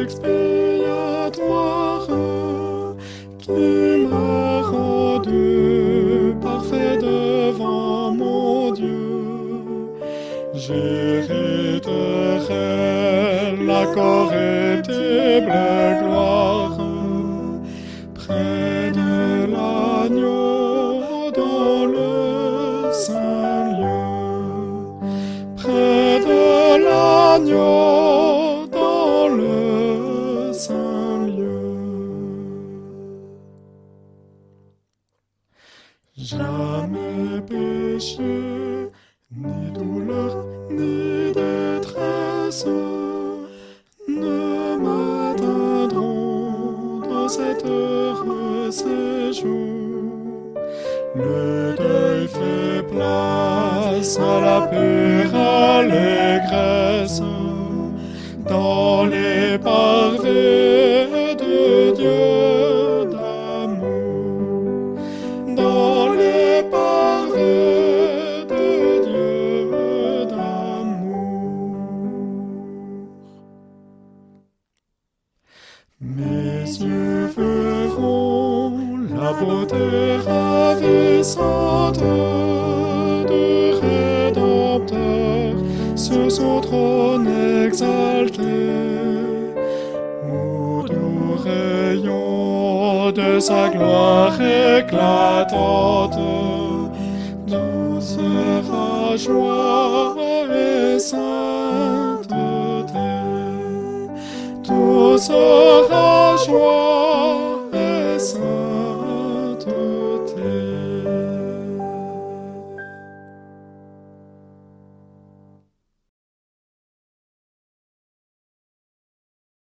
expiatoire qui m'a rendu parfait devant mon Dieu. J'hériterai la corruptible gloire près de l'agneau dans le saint lieu, près de l'agneau dans le saint lieu. Jamais péché, ni douleur, ni détresse ne m'atteindront dans cet heureux séjour. Le deuil fait place à la pure allégresse dans les parvis de Dieu d'amour, dans les parvis de Dieu d'amour. Mes yeux verront la beauté ravissante du Rédempteur sur son trône exalté, au doux rayon de sa gloire éclatante. Tout sera joie et sainteté, tout sera